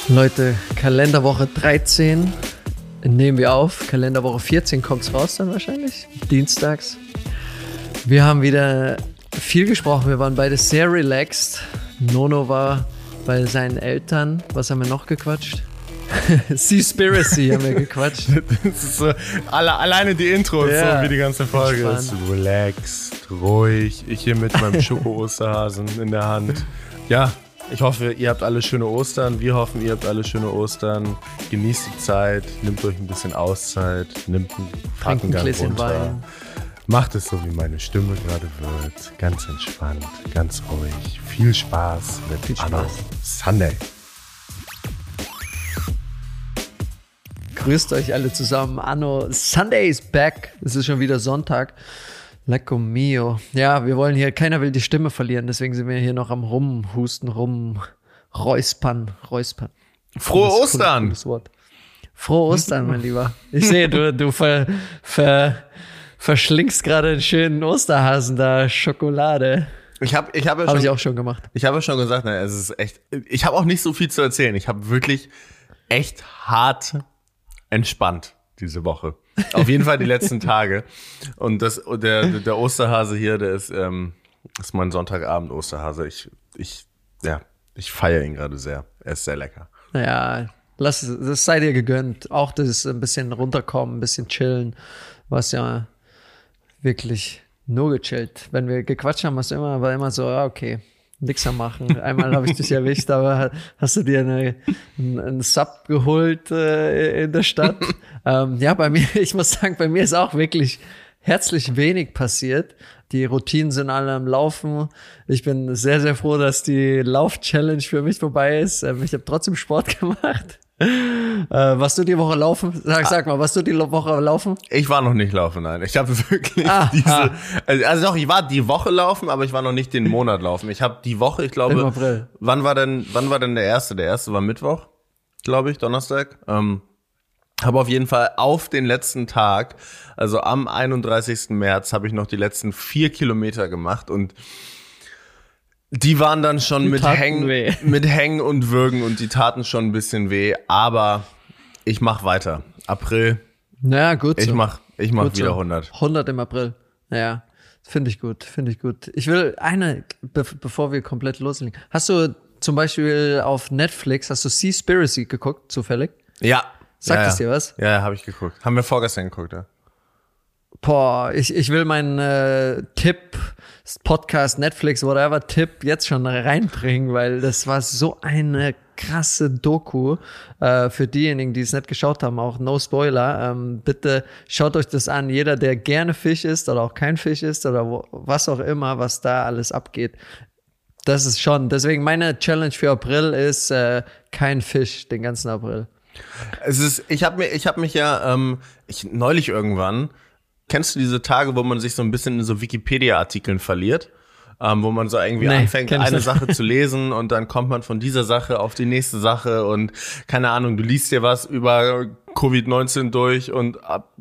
Leute, Kalenderwoche 13 nehmen wir auf. Kalenderwoche 14 kommt es raus dann wahrscheinlich, dienstags. Wir haben wieder viel gesprochen, wir waren beide sehr relaxed. Nono war bei seinen Eltern. Was haben wir noch gequatscht? Seaspiracy haben wir gequatscht. Das ist so, alleine die Intros, Ja, so wie die ganze Folge ist. entspannt. Relaxed, ruhig. Ich hier mit meinem Schoko-Osterhasen in der Hand. Ja, ich hoffe, ihr habt alle schöne Ostern. Wir hoffen, ihr habt alle schöne Ostern. Genießt die Zeit, nehmt euch ein bisschen Auszeit, fahrt einen Trinkt ein Gang Gläschen runter. Wein. Macht es so, wie meine Stimme gerade wird. Ganz entspannt, ganz ruhig. Viel Spaß mit Viel Spaß. Anno Sunday. Grüßt euch alle zusammen. Anno Sunday is back. Es ist schon wieder Sonntag. Lecco mio. Ja, wir wollen hier, keiner will die Stimme verlieren, deswegen sind wir hier noch am Rumhusten, Räuspern. Frohe Das ist Ostern! cooles Wort. Frohe Ostern, mein Lieber. Ich sehe, du verschlingst gerade einen schönen Osterhasen da, Schokolade. Ich habe ja Habe schon, ich auch schon gemacht. ich habe ja schon gesagt, es ist echt. Ich habe auch nicht so viel zu erzählen. Ich habe wirklich echt hart entspannt diese Woche. Auf jeden Fall die letzten Tage. Und der Osterhase hier, der ist mein Sonntagabend Osterhase. Ich feiere ihn gerade sehr. Er ist sehr lecker. Naja, das sei dir gegönnt. Auch das ein bisschen runterkommen, ein bisschen chillen. Was ja wirklich nur gechillt. Wenn wir gequatscht haben, war immer so, ja, okay, nix am machen. Einmal habe ich dich erwischt, aber hast du dir einen Sub geholt in der Stadt? Ja, bei mir, ich muss sagen, bei mir ist auch wirklich herzlich wenig passiert. Die Routinen sind alle am Laufen. Ich bin sehr, sehr froh, dass die Lauf-Challenge für mich vorbei ist. Ich habe trotzdem Sport gemacht. Warst du die Woche laufen? Sag mal, warst du die Woche laufen? Ich war noch nicht laufen, nein. Ich habe wirklich also doch, ich war die Woche laufen, aber ich war noch nicht den Monat laufen. Ich habe die Woche, ich glaube, Im April. wann war denn der erste? Der erste war Mittwoch, glaube ich, Donnerstag. Habe auf jeden Fall auf den letzten Tag, also am 31. März, habe ich noch die letzten 4 Kilometer gemacht und die waren dann schon mit Hängen und Würgen und die taten schon ein bisschen weh, aber ich mach weiter. April, Na gut. ich mach Gut wieder so. 100. 100 im April. Ja, finde ich gut. Ich will bevor wir komplett loslegen. Hast du zum Beispiel auf Netflix, hast du Seaspiracy geguckt, zufällig? Ja. Sagt es dir was? Ja, habe ich geguckt. Haben wir vorgestern geguckt, ja. Boah, ich will meinen Tipp, Podcast, Netflix, whatever, Tipp jetzt schon reinbringen, weil das war so eine krasse Doku für diejenigen, die es nicht geschaut haben, auch no Spoiler. Bitte schaut euch das an. Jeder, der gerne Fisch isst oder auch kein Fisch isst oder was auch immer, was da alles abgeht. Das ist schon, deswegen meine Challenge für April ist kein Fisch den ganzen April. Ich habe mich ja neulich irgendwann, kennst du diese Tage, wo man sich so ein bisschen in so Wikipedia-Artikeln verliert? Wo man so irgendwie anfängt, eine Sache zu lesen und dann kommt man von dieser Sache auf die nächste Sache und keine Ahnung, du liest dir was über Covid-19 durch und ab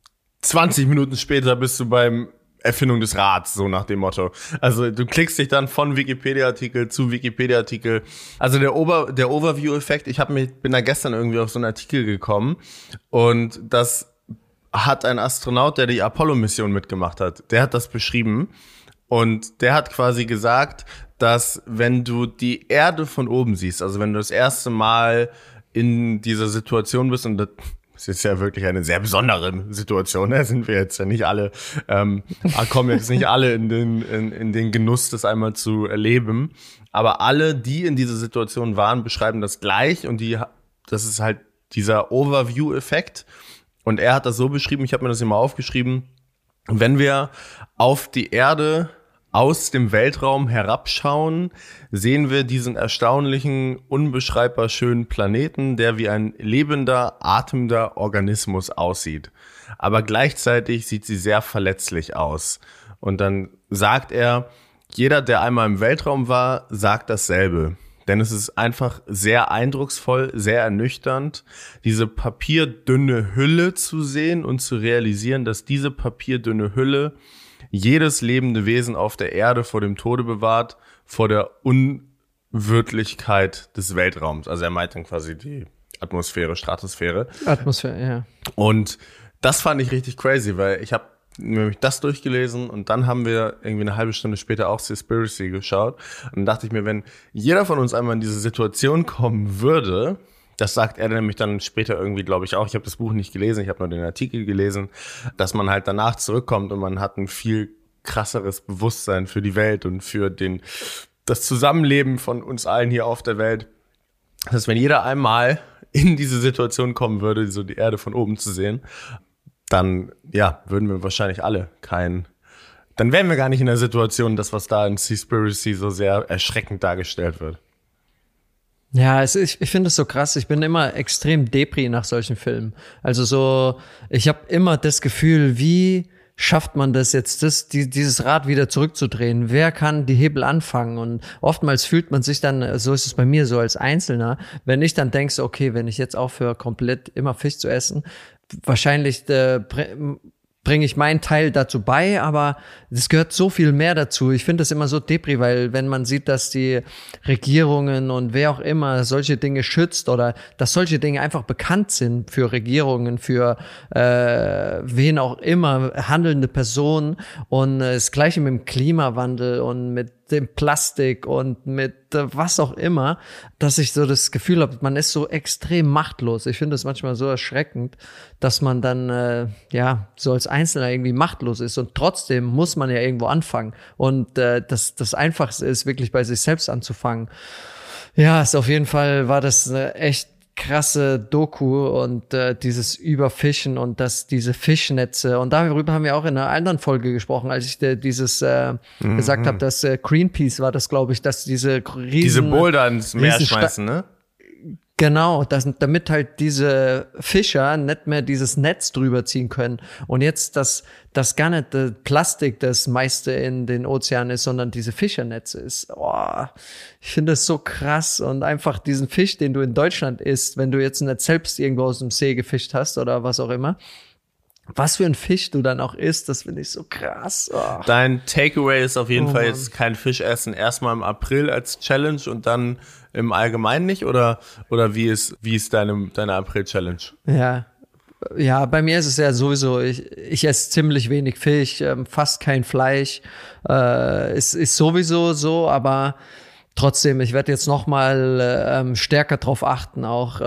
20 Minuten später bist du beim Erfindung des Rads, so nach dem Motto. Also du klickst dich dann von Wikipedia-Artikel zu Wikipedia-Artikel. Also der Overview-Effekt, bin da gestern irgendwie auf so einen Artikel gekommen und das hat ein Astronaut, der die Apollo-Mission mitgemacht hat, der hat das beschrieben und der hat quasi gesagt, dass wenn du die Erde von oben siehst, also wenn du das erste Mal in dieser Situation bist und das ist ja wirklich eine sehr besondere Situation, da sind wir jetzt ja nicht alle, kommen jetzt nicht alle in den Genuss, das einmal zu erleben, aber alle, die in dieser Situation waren, beschreiben das gleich und das ist halt dieser Overview-Effekt und er hat das so beschrieben, ich habe mir das immer aufgeschrieben, wenn wir auf die Erde aus dem Weltraum herabschauen, sehen wir diesen erstaunlichen, unbeschreibbar schönen Planeten, der wie ein lebender, atmender Organismus aussieht. Aber gleichzeitig sieht sie sehr verletzlich aus. Und dann sagt er, jeder, der einmal im Weltraum war, sagt dasselbe. Denn es ist einfach sehr eindrucksvoll, sehr ernüchternd, diese papierdünne Hülle zu sehen und zu realisieren, dass diese papierdünne Hülle jedes lebende Wesen auf der Erde vor dem Tode bewahrt, vor der Unwirtlichkeit des Weltraums. Also er meint dann quasi die Atmosphäre, Stratosphäre. Atmosphäre, ja. Und das fand ich richtig crazy, weil ich habe nämlich das durchgelesen und dann haben wir irgendwie eine halbe Stunde später auch Seaspiracy geschaut. Und dann dachte ich mir, wenn jeder von uns einmal in diese Situation kommen würde, das sagt er nämlich dann später irgendwie, glaube ich auch, ich habe das Buch nicht gelesen, ich habe nur den Artikel gelesen, dass man halt danach zurückkommt und man hat ein viel krasseres Bewusstsein für die Welt und für das Zusammenleben von uns allen hier auf der Welt. Das heißt, wenn jeder einmal in diese Situation kommen würde, so die Erde von oben zu sehen, dann, ja, würden wir wahrscheinlich alle dann wären wir gar nicht in der Situation, das, was da in Seaspiracy so sehr erschreckend dargestellt wird. Ja, ich finde es so krass. Ich bin immer extrem Depri nach solchen Filmen. Also so, ich habe immer das Gefühl, wie schafft man das jetzt, dieses Rad wieder zurückzudrehen? Wer kann die Hebel anfangen? Und oftmals fühlt man sich dann, so ist es bei mir so als Einzelner, wenn ich dann denke, okay, wenn ich jetzt aufhöre, komplett immer Fisch zu essen, wahrscheinlich bringe ich meinen Teil dazu bei, aber es gehört so viel mehr dazu. Ich finde das immer so depri, weil wenn man sieht, dass die Regierungen und wer auch immer solche Dinge schützt oder dass solche Dinge einfach bekannt sind für Regierungen, für wen auch immer, handelnde Personen und das Gleiche mit dem Klimawandel und mit dem Plastik und mit was auch immer, dass ich so das Gefühl habe, man ist so extrem machtlos. Ich finde es manchmal so erschreckend, dass man dann so als Einzelner irgendwie machtlos ist und trotzdem muss man ja irgendwo anfangen und das Einfachste ist wirklich bei sich selbst anzufangen. Ja, auf jeden Fall war das eine echt krasse Doku und dieses Überfischen und diese Fischnetze und darüber haben wir auch in einer anderen Folge gesprochen, als ich gesagt habe, dass Greenpeace war das, glaube ich, dass diese Boulder ins Meer schmeißen, ne? Genau, damit halt diese Fischer nicht mehr dieses Netz drüber ziehen können. Und jetzt das gar nicht Plastik das meiste in den Ozeanen ist, sondern diese Fischernetze ist. Oh, ich finde es so krass. Und einfach diesen Fisch, den du in Deutschland isst, wenn du jetzt nicht selbst irgendwo aus dem See gefischt hast oder was auch immer, was für ein Fisch du dann auch isst, das finde ich so krass. Oh. Dein Takeaway ist auf jeden Fall jetzt kein Fisch essen. Erstmal im April als Challenge und dann im Allgemeinen nicht? Oder wie ist deine April-Challenge? Ja, bei mir ist es ja sowieso, ich esse ziemlich wenig Fisch, fast kein Fleisch. Es ist sowieso so, aber trotzdem, ich werde jetzt noch mal stärker drauf achten. Auch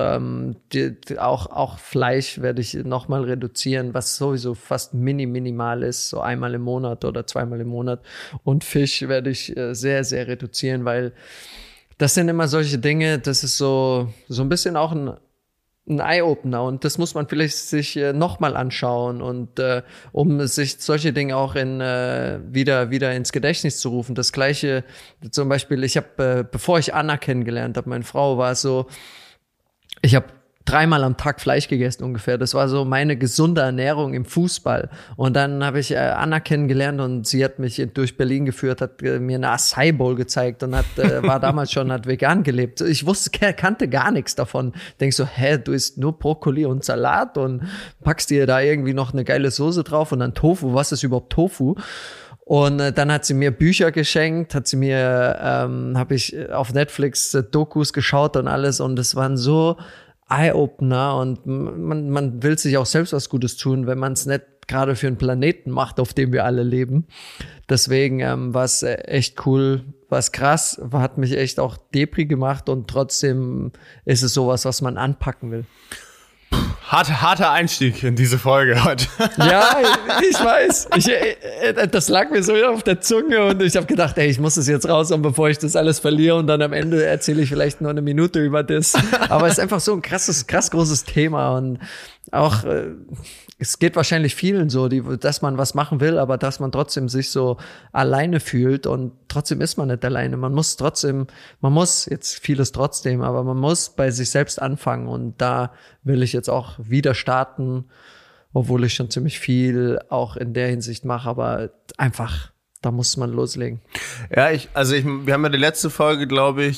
Fleisch werde ich noch mal reduzieren, was sowieso fast minimal ist, so einmal im Monat oder zweimal im Monat. Und Fisch werde ich sehr, sehr reduzieren, weil das sind immer solche Dinge, das ist so ein bisschen auch ein Eye-Opener und das muss man vielleicht sich noch mal anschauen und um sich solche Dinge auch wieder ins Gedächtnis zu rufen. Das Gleiche zum Beispiel, ich habe, bevor ich Anna kennengelernt habe, meine Frau war so, ich habe 3-mal am Tag Fleisch gegessen ungefähr. Das war so meine gesunde Ernährung im Fußball. Und dann habe ich Anna kennengelernt und sie hat mich durch Berlin geführt, hat mir eine Acai Bowl gezeigt und war damals schon, hat vegan gelebt. Ich kannte gar nichts davon. Denk so, du isst nur Brokkoli und Salat und packst dir da irgendwie noch eine geile Soße drauf und dann Tofu. Was ist überhaupt Tofu? Und dann hat sie mir Bücher geschenkt, habe ich auf Netflix Dokus geschaut und alles und es waren so Eye-Opener und man will sich auch selbst was Gutes tun, wenn man es nicht gerade für einen Planeten macht, auf dem wir alle leben. Deswegen war es echt cool, war es krass, hat mich echt auch depri gemacht und trotzdem ist es sowas, was man anpacken will. Harter Einstieg in diese Folge heute. Ja, ich weiß. Das lag mir so auf der Zunge und ich habe gedacht, ich muss es jetzt raushauen, bevor ich das alles verliere und dann am Ende erzähle ich vielleicht nur eine Minute über das. Aber es ist einfach so ein krass großes Thema und auch es geht wahrscheinlich vielen so, dass man was machen will, aber dass man trotzdem sich so alleine fühlt und trotzdem ist man nicht alleine. Man muss jetzt vieles trotzdem, aber man muss bei sich selbst anfangen und da will ich jetzt auch wieder starten, obwohl ich schon ziemlich viel auch in der Hinsicht mache, aber einfach, da muss man loslegen. Ja, wir haben ja die letzte Folge, glaube ich,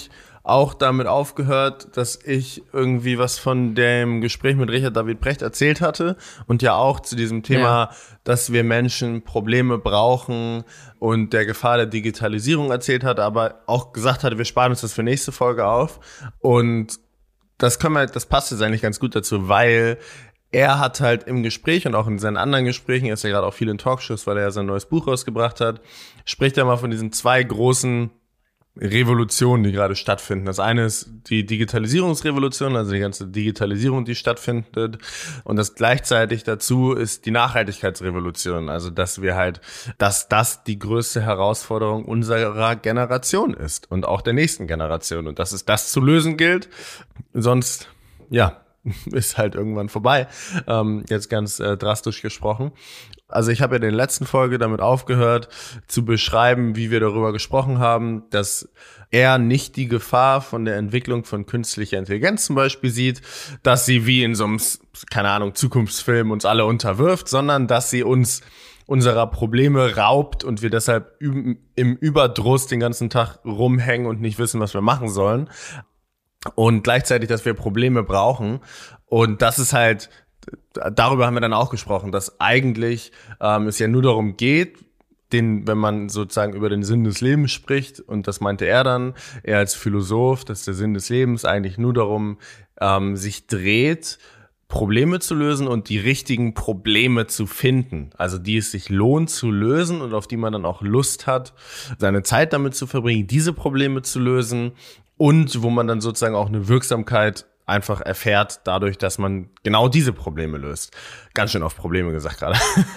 auch damit aufgehört, dass ich irgendwie was von dem Gespräch mit Richard David Precht erzählt hatte und ja auch zu diesem Thema, dass wir Menschen Probleme brauchen und der Gefahr der Digitalisierung erzählt hatte, aber auch gesagt hatte, wir sparen uns das für nächste Folge auf. Und das passt jetzt eigentlich ganz gut dazu, weil er hat halt im Gespräch und auch in seinen anderen Gesprächen, er ist ja gerade auch viel in Talkshows, weil er ja sein neues Buch rausgebracht hat, spricht er mal von diesen 2 großen Revolutionen, die gerade stattfinden. Das eine ist die Digitalisierungsrevolution, also die ganze Digitalisierung, die stattfindet. Und das gleichzeitig dazu ist die Nachhaltigkeitsrevolution. Also, dass das die größte Herausforderung unserer Generation ist und auch der nächsten Generation. Und dass es das zu lösen gilt. Sonst, ist halt irgendwann vorbei. Jetzt ganz drastisch gesprochen. Also ich habe ja in der letzten Folge damit aufgehört, zu beschreiben, wie wir darüber gesprochen haben, dass er nicht die Gefahr von der Entwicklung von künstlicher Intelligenz zum Beispiel sieht, dass sie wie in so einem, keine Ahnung, Zukunftsfilm uns alle unterwirft, sondern dass sie uns unserer Probleme raubt und wir deshalb im Überdruss den ganzen Tag rumhängen und nicht wissen, was wir machen sollen. Und gleichzeitig, dass wir Probleme brauchen. Und das ist halt, darüber haben wir dann auch gesprochen, dass eigentlich es ja nur darum geht, wenn man sozusagen über den Sinn des Lebens spricht, und das meinte er als Philosoph, dass der Sinn des Lebens eigentlich nur darum sich dreht, Probleme zu lösen und die richtigen Probleme zu finden, also die es sich lohnt zu lösen und auf die man dann auch Lust hat, seine Zeit damit zu verbringen, diese Probleme zu lösen, und wo man dann sozusagen auch eine Wirksamkeit einfach erfährt, dadurch, dass man genau diese Probleme löst. Ganz schön auf Probleme gesagt gerade.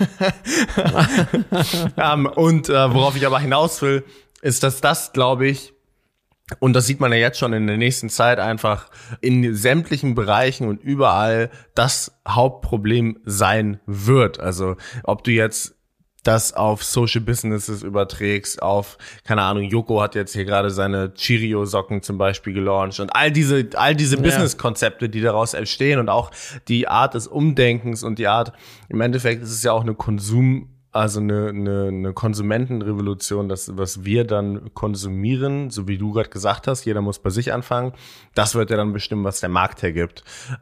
Worauf ich aber hinaus will, ist, dass das, glaube ich, und das sieht man ja jetzt schon in der nächsten Zeit, einfach in sämtlichen Bereichen und überall das Hauptproblem sein wird. Also ob du jetzt das auf Social Businesses überträgst, auf, keine Ahnung, Joko hat jetzt hier gerade seine Cheerio-Socken zum Beispiel gelauncht und all diese Business-Konzepte, die daraus entstehen, und auch die Art des Umdenkens und die Art, im Endeffekt ist es ja auch eine Konsumentenrevolution, das, was wir dann konsumieren, so wie du gerade gesagt hast, jeder muss bei sich anfangen, das wird ja dann bestimmen, was der Markt hergibt.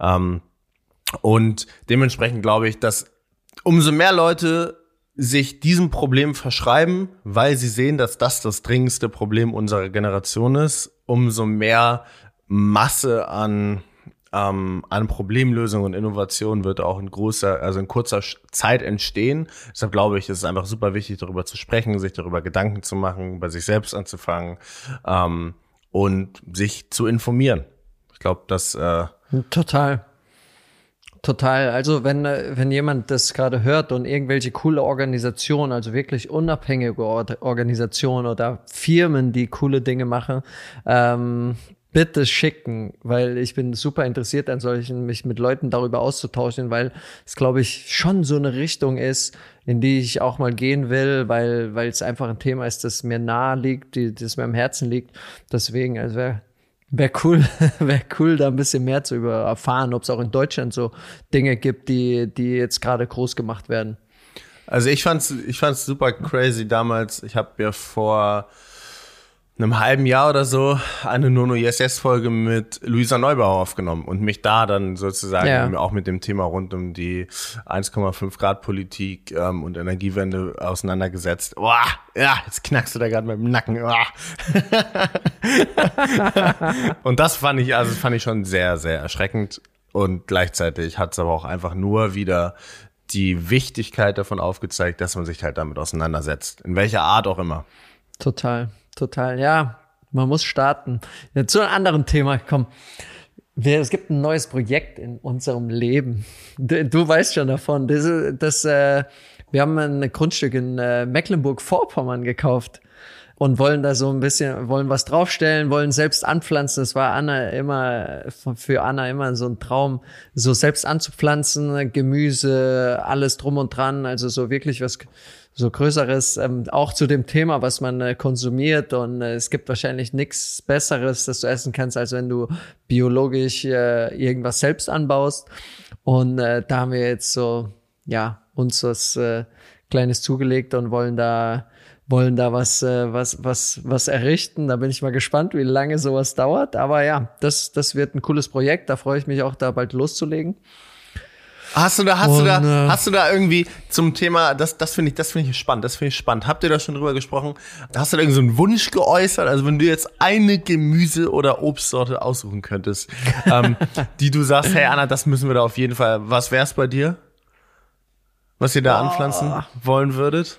Und dementsprechend glaube ich, dass umso mehr Leute sich diesem Problem verschreiben, weil sie sehen, dass das dringendste Problem unserer Generation ist, umso mehr Masse an Problemlösung und Innovation wird auch in kurzer Zeit entstehen. Deshalb glaube ich, es ist einfach super wichtig, darüber zu sprechen, sich darüber Gedanken zu machen, bei sich selbst anzufangen, und sich zu informieren. Ich glaube, dass Total. Also wenn jemand das gerade hört und irgendwelche coole Organisationen, also wirklich unabhängige Organisationen oder Firmen, die coole Dinge machen, bitte schicken, weil ich bin super interessiert an solchen, mich mit Leuten darüber auszutauschen, weil es, glaube ich, schon so eine Richtung ist, in die ich auch mal gehen will, weil es einfach ein Thema ist, das mir nahe liegt, das mir am Herzen liegt. Deswegen, also wäre cool, da ein bisschen mehr zu erfahren, ob es auch in Deutschland so Dinge gibt, die jetzt gerade groß gemacht werden. Also ich fand's super crazy damals. Ich habe ja vor einem halben Jahr oder so eine Nono Yes Yes Folge mit Luisa Neubauer aufgenommen und mich da dann sozusagen auch mit dem Thema rund um die 1,5 Grad Politik und Energiewende auseinandergesetzt. Boah, ja, jetzt knackst du da gerade mit dem Nacken. Und das fand ich schon sehr, sehr erschreckend, und gleichzeitig hat es aber auch einfach nur wieder die Wichtigkeit davon aufgezeigt, dass man sich halt damit auseinandersetzt, in welcher Art auch immer. Total, ja, man muss starten. Ja, zu einem anderen Thema, komm. Es gibt ein neues Projekt in unserem Leben. Du weißt schon davon. Wir haben ein Grundstück in Mecklenburg-Vorpommern gekauft und wollen da so ein bisschen, wollen was draufstellen, wollen selbst anpflanzen. Das war für Anna immer so ein Traum, so selbst anzupflanzen, Gemüse, alles drum und dran, also so wirklich was so Größeres, auch zu dem Thema, was man konsumiert, und es gibt wahrscheinlich nichts Besseres, das du essen kannst, als wenn du biologisch irgendwas selbst anbaust. Und da haben wir jetzt so, uns was Kleines zugelegt und wollen da wollen da was errichten. Da bin ich mal gespannt, wie lange sowas dauert. Aber ja, das wird ein cooles Projekt. Da freue ich mich auch, da bald loszulegen. Hast du da irgendwie zum Thema, das finde ich spannend. Habt ihr da schon drüber gesprochen? Hast du da irgendwie so einen Wunsch geäußert? Also wenn du jetzt eine Gemüse- oder Obstsorte aussuchen könntest, die du sagst, hey Anna, das müssen wir da auf jeden Fall. Was wär's bei dir? Was ihr da anpflanzen wollen würdet?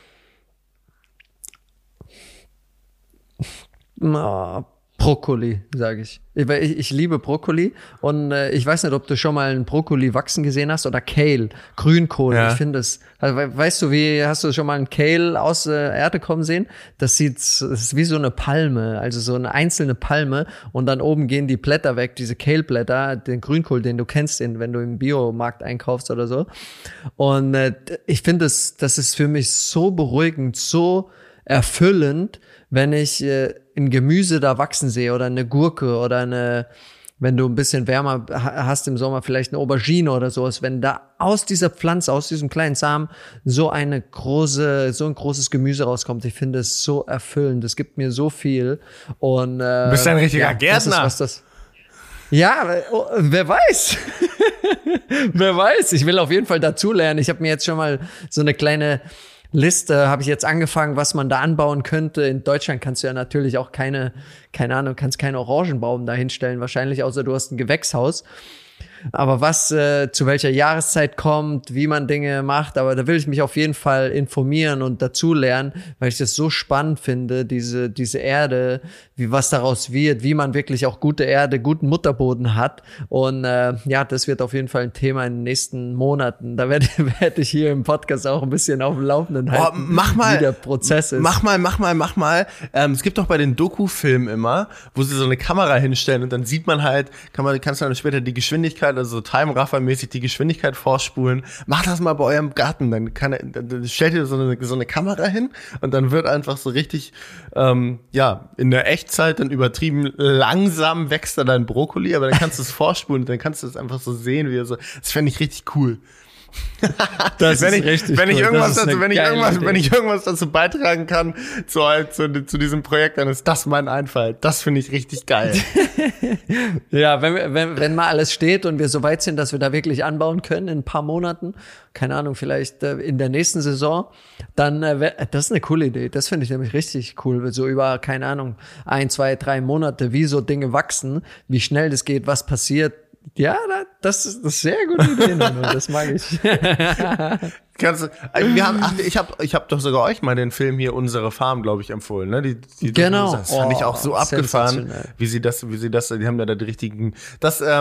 Brokkoli, sage ich. Ich liebe Brokkoli und ich weiß nicht, ob du schon mal einen Brokkoli wachsen gesehen hast oder Kale, Grünkohl. Ja. Ich finde es, also, weißt du, hast du schon mal einen Kale aus Erde kommen sehen? Das ist wie so eine Palme, also so eine einzelne Palme und dann oben gehen die Blätter weg, diese Kale-Blätter, den Grünkohl, den du kennst, wenn du im Biomarkt einkaufst oder so. Und ich finde, das ist für mich so beruhigend, so erfüllend, wenn ich ein Gemüse da wachsen sehe oder eine Gurke oder wenn du ein bisschen wärmer hast im Sommer, vielleicht eine Aubergine oder sowas, wenn da aus dieser Pflanze, aus diesem kleinen Samen so ein großes Gemüse rauskommt. Ich finde es so erfüllend. Das gibt mir so viel. Und du bist ein richtiger Gärtner. Ja, wer weiß. Wer weiß. Ich will auf jeden Fall dazulernen. Ich habe mir jetzt schon mal so eine kleine Liste habe ich jetzt angefangen, was man da anbauen könnte. In Deutschland kannst du ja natürlich auch keine Ahnung, kannst keinen Orangenbaum da hinstellen, wahrscheinlich, außer du hast ein Gewächshaus. Aber was zu welcher Jahreszeit kommt, wie man Dinge macht, aber da will ich mich auf jeden Fall informieren und dazulernen, weil ich das so spannend finde, diese Erde, was daraus wird, wie man wirklich auch gute Erde, guten Mutterboden hat. Und das wird auf jeden Fall ein Thema in den nächsten Monaten. Da werde ich hier im Podcast auch ein bisschen auf dem Laufenden halten, wie der Prozess ist. Mach mal. Es gibt doch bei den Doku-Filmen immer, wo sie so eine Kamera hinstellen und dann sieht man halt, kannst du dann später die Geschwindigkeit, also Time-Raffer-mäßig die Geschwindigkeit vorspulen. Macht das mal bei eurem Garten, dann stellt ihr so eine Kamera hin und dann wird einfach so richtig, in der Echtzeit dann übertrieben langsam wächst da dein Brokkoli, aber dann kannst du es vorspulen und dann kannst du es einfach so sehen, wie er so, das fände ich richtig cool. Wenn ich irgendwas dazu beitragen kann zu diesem Projekt, dann ist das mein Einfall. Das finde ich richtig geil. Ja, wenn mal alles steht und wir so weit sind, dass wir da wirklich anbauen können in ein paar Monaten, keine Ahnung, vielleicht in der nächsten Saison, dann das ist eine coole Idee. Das finde ich nämlich richtig cool. So über, keine Ahnung, 1, 2, 3 Monate, wie so Dinge wachsen, wie schnell das geht, was passiert. Ja, das ist eine sehr gute Idee, das mag ich. Ich habe doch sogar euch mal den Film hier Unsere Farm, glaube ich, empfohlen, ne? Genau. Das fand ich auch so abgefahren, wie sie das, die haben da die richtigen, da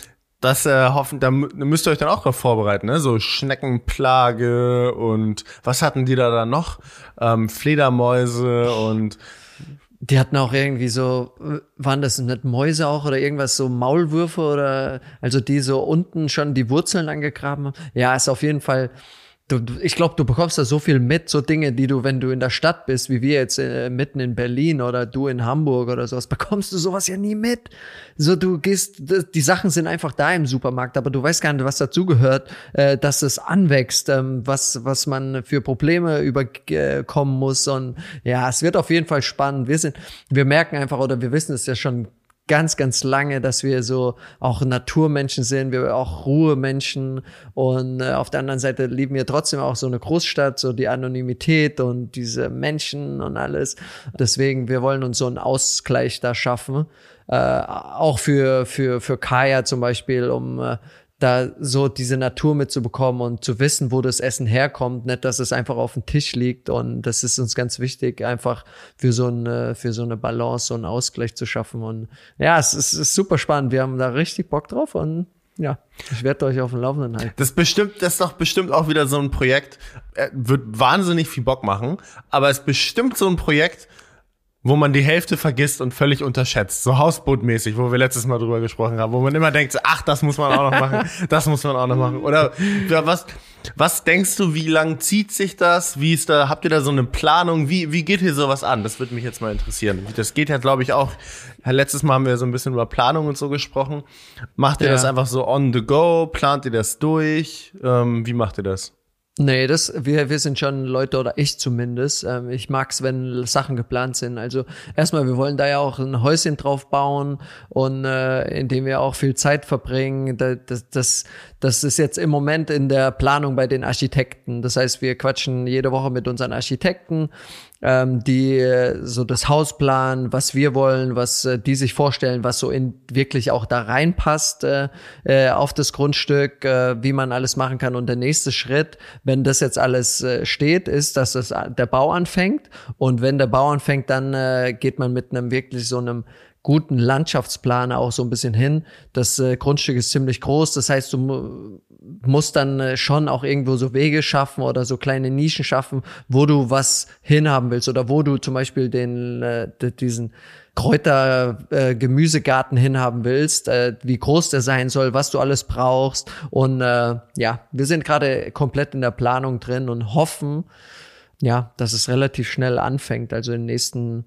müsst ihr euch dann auch drauf vorbereiten, ne? So Schneckenplage und was hatten die da dann noch? Fledermäuse und die hatten auch irgendwie so, waren das nicht Mäuse auch oder irgendwas, so Maulwürfe oder, also die so unten schon die Wurzeln angegraben haben. Ja, ist auf jeden Fall, ich glaube, du bekommst da so viel mit, so Dinge, die du, wenn du in der Stadt bist, wie wir jetzt mitten in Berlin oder du in Hamburg oder sowas, bekommst du sowas ja nie mit. So, du gehst, die Sachen sind einfach da im Supermarkt, aber du weißt gar nicht, was dazugehört, dass es anwächst, was man für Probleme überkommen muss. Und ja, es wird auf jeden Fall spannend. Wir merken einfach, oder wir wissen es ja schon ganz, ganz lange, dass wir so auch Naturmenschen sind, wir auch Ruhemenschen und auf der anderen Seite lieben wir trotzdem auch so eine Großstadt, so die Anonymität und diese Menschen und alles. Deswegen, wir wollen uns so einen Ausgleich da schaffen, auch für Kaya zum Beispiel, um da so diese Natur mitzubekommen und zu wissen, wo das Essen herkommt, nicht, dass es einfach auf dem Tisch liegt. Und das ist uns ganz wichtig, einfach für so eine Balance, so einen Ausgleich zu schaffen. Und ja, es ist super spannend. Wir haben da richtig Bock drauf und ja, ich werde euch auf dem Laufenden halten. Das ist doch bestimmt auch wieder so ein Projekt, wird wahnsinnig viel Bock machen, aber es ist bestimmt so ein Projekt, wo man die Hälfte vergisst und völlig unterschätzt. So hausbootmäßig, wo wir letztes Mal drüber gesprochen haben, wo man immer denkt, ach, das muss man auch noch machen, das muss man auch noch machen. Oder was denkst du, wie lang zieht sich das? Habt ihr da so eine Planung? Wie geht hier sowas an? Das würde mich jetzt mal interessieren. Das geht ja, glaube ich, auch, letztes Mal haben wir so ein bisschen über Planung und so gesprochen. Macht ihr das einfach so on the go? Plant ihr das durch? Wie macht ihr das? Nee, wir sind schon Leute, oder ich zumindest. Ich mag's, wenn Sachen geplant sind. Also erstmal, wir wollen da ja auch ein Häuschen drauf bauen und in dem wir auch viel Zeit verbringen. Das ist jetzt im Moment in der Planung bei den Architekten. Das heißt, wir quatschen jede Woche mit unseren Architekten, die so das Haus planen, was wir wollen, was die sich vorstellen, was so wirklich auch da reinpasst auf das Grundstück, wie man alles machen kann. Und der nächste Schritt, wenn das jetzt alles steht, ist, dass der Bau anfängt. Und wenn der Bau anfängt, dann geht man mit einem wirklich so einem guten Landschaftsplan auch so ein bisschen hin. Das Grundstück ist ziemlich groß, das heißt, du musst dann schon auch irgendwo so Wege schaffen oder so kleine Nischen schaffen, wo du was hinhaben willst oder wo du zum Beispiel diesen Kräuter-Gemüsegarten hinhaben willst, wie groß der sein soll, was du alles brauchst. Und wir sind gerade komplett in der Planung drin und hoffen, dass es relativ schnell anfängt, also in den nächsten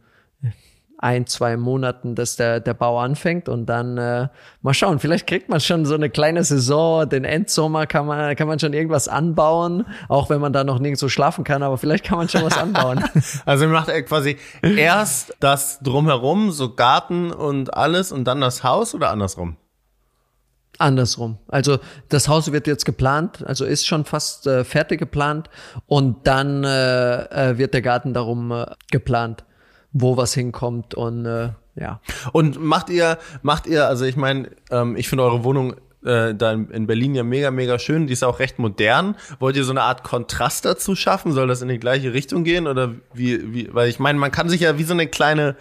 1-2 Monaten, dass der Bau anfängt und dann mal schauen, vielleicht kriegt man schon so eine kleine Saison, den Endsommer kann man schon irgendwas anbauen, auch wenn man da noch nirgendwo schlafen kann, aber vielleicht kann man schon was anbauen. Also man macht quasi erst das Drumherum, so Garten und alles und dann das Haus oder andersrum? Andersrum. Also das Haus wird jetzt geplant, also ist schon fast fertig geplant und dann wird der Garten darum geplant, wo was hinkommt und Und macht ihr, also ich meine, ich finde eure Wohnung da in Berlin ja mega, mega schön, die ist auch recht modern. Wollt ihr so eine Art Kontrast dazu schaffen? Soll das in die gleiche Richtung gehen oder wie, weil ich meine, man kann sich ja wie so eine kleine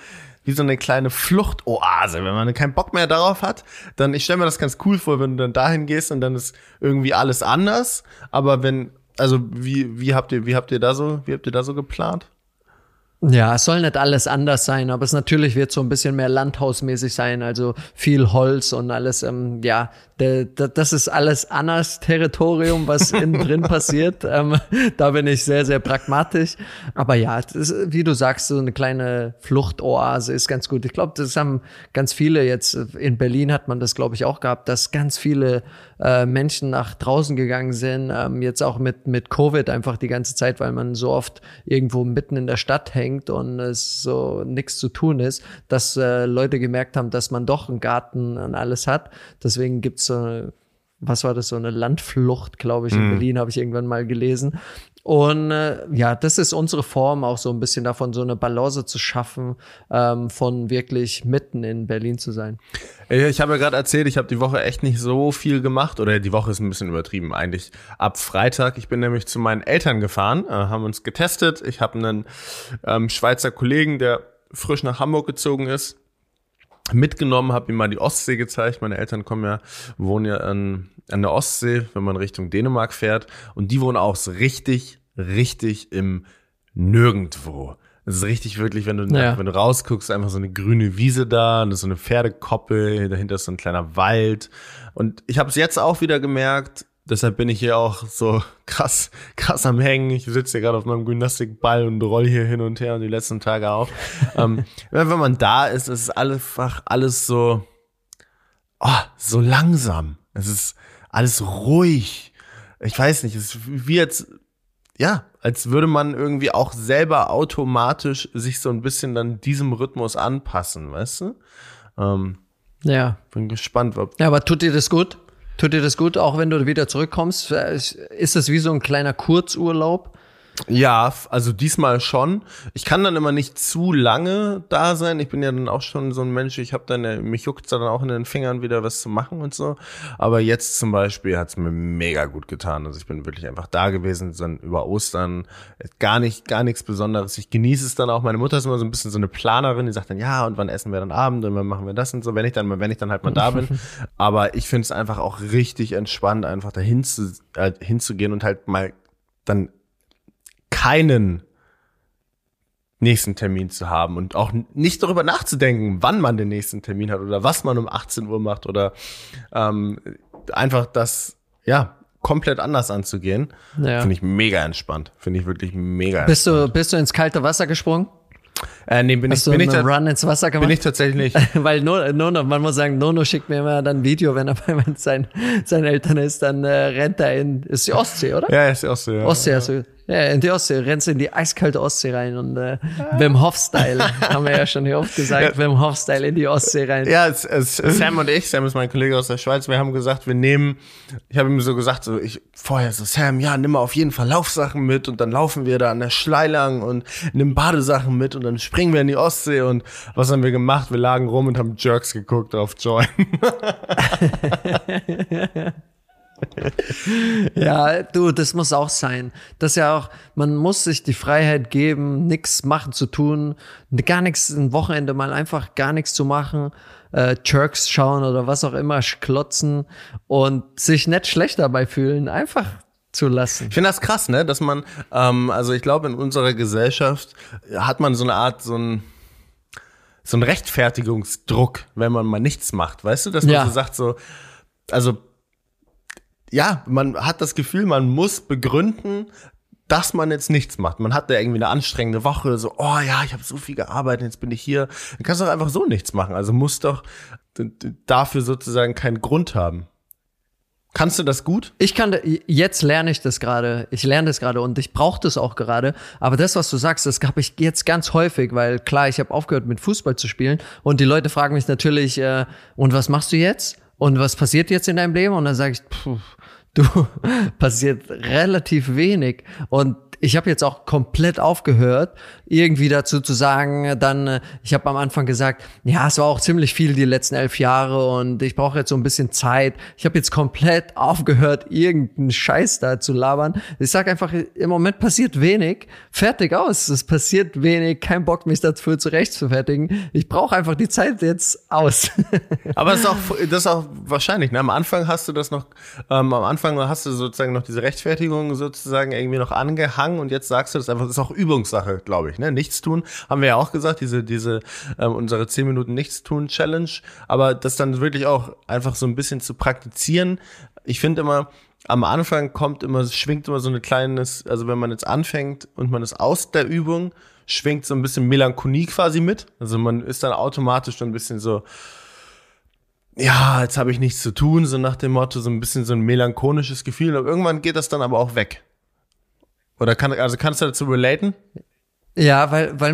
Fluchtoase, wenn man keinen Bock mehr darauf hat, dann, ich stelle mir das ganz cool vor, wenn du dann dahin gehst und dann ist irgendwie alles anders, aber wie habt ihr da so geplant? Ja, es soll nicht alles anders sein, aber es natürlich wird so ein bisschen mehr landhausmäßig sein, also viel Holz und alles, das ist alles Annas Territorium, was innen drin passiert. Da bin ich sehr, sehr pragmatisch. Aber ja, das ist, wie du sagst, so eine kleine Fluchtoase ist ganz gut. Ich glaube, das haben ganz viele jetzt, in Berlin hat man das, glaube ich, auch gehabt, dass ganz viele Menschen nach draußen gegangen sind, jetzt auch mit Covid einfach die ganze Zeit, weil man so oft irgendwo mitten in der Stadt hängt und es so nichts zu tun ist, dass Leute gemerkt haben, dass man doch einen Garten und alles hat. Deswegen gibt's so, was war das, so eine Landflucht, glaube ich, in Berlin, habe ich irgendwann mal gelesen. Und das ist unsere Form, auch so ein bisschen davon, so eine Balance zu schaffen, von wirklich mitten in Berlin zu sein. Ich habe ja gerade erzählt, ich habe die Woche echt nicht so viel gemacht, oder die Woche ist ein bisschen übertrieben eigentlich. Ab Freitag, ich bin nämlich zu meinen Eltern gefahren, haben uns getestet. Ich habe einen Schweizer Kollegen, der frisch nach Hamburg gezogen ist, mitgenommen, habe ihm mal die Ostsee gezeigt. Meine Eltern wohnen ja an der Ostsee, wenn man Richtung Dänemark fährt. Und die wohnen auch so richtig, richtig im Nirgendwo. Es ist richtig wirklich, wenn du rausguckst, einfach so eine grüne Wiese da, und das ist so eine Pferdekoppel, dahinter ist so ein kleiner Wald. Und ich habe es jetzt auch wieder gemerkt, deshalb bin ich hier auch so krass am Hängen. Ich sitze hier gerade auf meinem Gymnastikball und roll hier hin und her und die letzten Tage auch. Wenn man da ist, ist einfach alles so langsam. Es ist alles ruhig. Ich weiß nicht, es ist wie jetzt, als würde man irgendwie auch selber automatisch sich so ein bisschen dann diesem Rhythmus anpassen, weißt du? Bin gespannt. Aber tut dir das gut? Tut dir das gut, auch wenn du wieder zurückkommst? Ist das wie so ein kleiner Kurzurlaub? Ja, also diesmal schon. Ich kann dann immer nicht zu lange da sein. Ich bin ja dann auch schon so ein Mensch, mich juckt's dann auch in den Fingern wieder was zu machen und so. Aber jetzt zum Beispiel hat's mir mega gut getan. Also ich bin wirklich einfach da gewesen, dann über Ostern. Gar nichts Besonderes. Ich genieße es dann auch. Meine Mutter ist immer so ein bisschen so eine Planerin, die sagt dann, ja, und wann essen wir dann Abend und wann machen wir das und so, wenn ich dann halt mal da bin. Aber ich finde es einfach auch richtig entspannt, einfach da hinzugehen und halt mal dann keinen nächsten Termin zu haben und auch nicht darüber nachzudenken, wann man den nächsten Termin hat oder was man um 18 Uhr macht oder einfach das komplett anders anzugehen, finde ich mega entspannt. Finde ich wirklich mega entspannt. Bist du ins kalte Wasser gesprungen? Nee, bin Hast du einen Run ins Wasser gemacht? Bin ich tatsächlich nicht. Weil Nono, man muss sagen, Nono schickt mir immer dann ein Video, wenn er bei seinen Eltern ist, dann rennt er ist die Ostsee, oder? Ja, ist die Ostsee, ja. Ostsee, also, ja, in die Ostsee, rennst in die eiskalte Ostsee rein und Wim Hof-Style, haben wir ja schon hier oft gesagt, Wim Hof-Style in die Ostsee rein. Ja, Sam ist mein Kollege aus der Schweiz, wir haben gesagt, ich habe ihm so gesagt, Sam, ja, nimm mal auf jeden Fall Laufsachen mit und dann laufen wir da an der Schlei lang und nimm Badesachen mit und dann springen wir in die Ostsee und was haben wir gemacht? Wir lagen rum und haben Jerks geguckt auf Joy. Ja, du, das muss auch sein. Das ist ja auch, man muss sich die Freiheit geben, nichts machen zu tun, gar nichts, ein Wochenende mal einfach gar nichts zu machen, Jerks schauen oder was auch immer, klotzen und sich nicht schlecht dabei fühlen, einfach zu lassen. Ich finde das krass, ne, dass man, also ich glaube, in unserer Gesellschaft hat man so eine Art, so ein Rechtfertigungsdruck, wenn man mal nichts macht, weißt du, dass man so sagt, ja, man hat das Gefühl, man muss begründen, dass man jetzt nichts macht. Man hat da irgendwie eine anstrengende Woche, so, oh ja, ich habe so viel gearbeitet, jetzt bin ich hier. Dann kannst du doch einfach so nichts machen. Also musst doch dafür sozusagen keinen Grund haben. Kannst du das gut? Jetzt lerne ich das gerade. Ich lerne das gerade und ich brauche das auch gerade. Aber das, was du sagst, das habe ich jetzt ganz häufig, weil klar, ich habe aufgehört mit Fußball zu spielen und die Leute fragen mich natürlich, und was machst du jetzt? Und was passiert jetzt in deinem Leben? Und dann sage ich, passiert relativ wenig. Und ich habe jetzt auch komplett aufgehört, irgendwie dazu zu sagen, dann, ich habe am Anfang gesagt, ja, es war auch ziemlich viel die letzten 11 Jahre und ich brauche jetzt so ein bisschen Zeit. Ich habe jetzt komplett aufgehört, irgendeinen Scheiß da zu labern. Ich sage einfach, im Moment passiert wenig, fertig aus. Es passiert wenig, kein Bock, mich dafür zu rechtfertigen. Ich brauche einfach die Zeit jetzt aus. Aber das ist auch wahrscheinlich, ne? Am Anfang hast du das noch, hast du sozusagen noch diese Rechtfertigung sozusagen irgendwie noch angehangen und jetzt sagst du das einfach, das ist auch Übungssache, glaube ich, ne? Nichts tun, haben wir ja auch gesagt, diese unsere 10 Minuten Nichtstun-Challenge, aber das dann wirklich auch einfach so ein bisschen zu praktizieren. Ich finde immer, am Anfang schwingt immer so eine kleines, also wenn man jetzt anfängt und man ist aus der Übung, schwingt so ein bisschen Melancholie quasi mit. Also man ist dann automatisch so ein bisschen so, ja, jetzt habe ich nichts zu tun, so nach dem Motto, so ein bisschen so ein melancholisches Gefühl. Aber irgendwann geht das dann aber auch weg. Oder kannst du dazu relaten? Ja, weil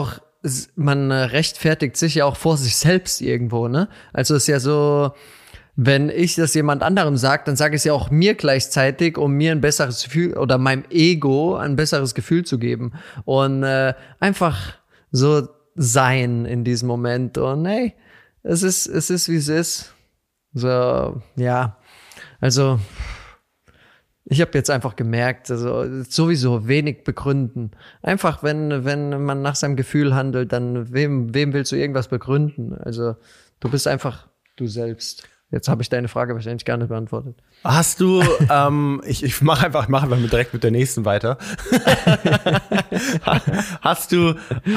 man rechtfertigt sich ja auch vor sich selbst irgendwo, ne? Also ist ja so, wenn ich das jemand anderem sage, dann sage ich es ja auch mir gleichzeitig, um mir ein besseres Gefühl oder meinem Ego ein besseres Gefühl zu geben. Und einfach so sein in diesem Moment. Und hey, es ist, wie es ist. So, ja. Also, ich habe jetzt einfach gemerkt, also sowieso wenig begründen. Einfach, wenn man nach seinem Gefühl handelt, dann wem willst du irgendwas begründen? Also, du bist einfach du selbst. Jetzt habe ich deine Frage wahrscheinlich gar nicht beantwortet. Hast du, ich mache einfach direkt mit der nächsten weiter. Hast du